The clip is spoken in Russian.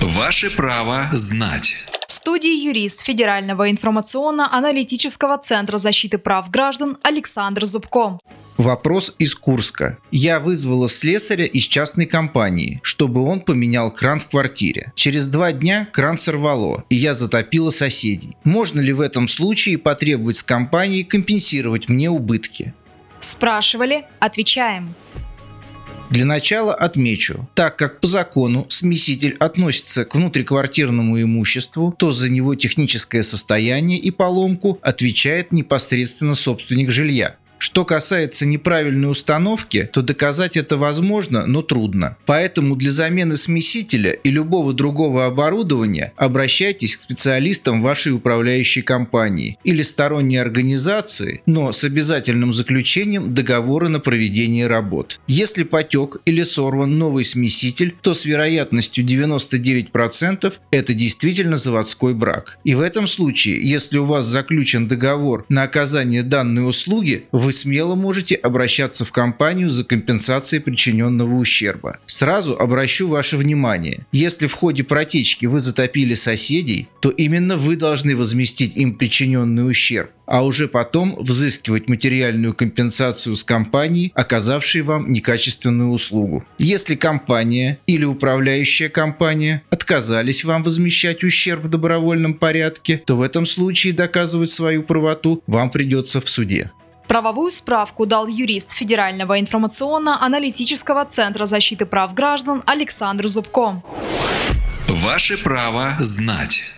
Ваше право знать. В студии юрист Федерального информационно-аналитического центра защиты прав граждан Александр Зубко. Вопрос из Курска. Я вызвала слесаря из частной компании, чтобы он поменял кран в квартире. Через 2 дня кран сорвало, и я затопила соседей. Можно ли в этом случае потребовать с компании компенсировать мне убытки? Спрашивали, отвечаем. Для начала отмечу, так как по закону смеситель относится к внутриквартирному имуществу, то за него техническое состояние и поломку отвечает непосредственно собственник жилья. Что касается неправильной установки, то доказать это возможно, но трудно. Поэтому для замены смесителя и любого другого оборудования обращайтесь к специалистам вашей управляющей компании или сторонней организации, но с обязательным заключением договора на проведение работ. Если потек или сорван новый смеситель, то с вероятностью 99% это действительно заводской брак. И в этом случае, если у вас заключен договор на оказание данной услуги, вы смело можете обращаться в компанию за компенсацией причиненного ущерба. Сразу обращу ваше внимание, если в ходе протечки вы затопили соседей, то именно вы должны возместить им причиненный ущерб, а уже потом взыскивать материальную компенсацию с компании, оказавшей вам некачественную услугу. Если компания или управляющая компания отказались вам возмещать ущерб в добровольном порядке, то в этом случае доказывать свою правоту вам придется в суде. Правовую справку дал юрист Федерального информационно-аналитического центра защиты прав граждан Александр Зубко. Ваше право знать.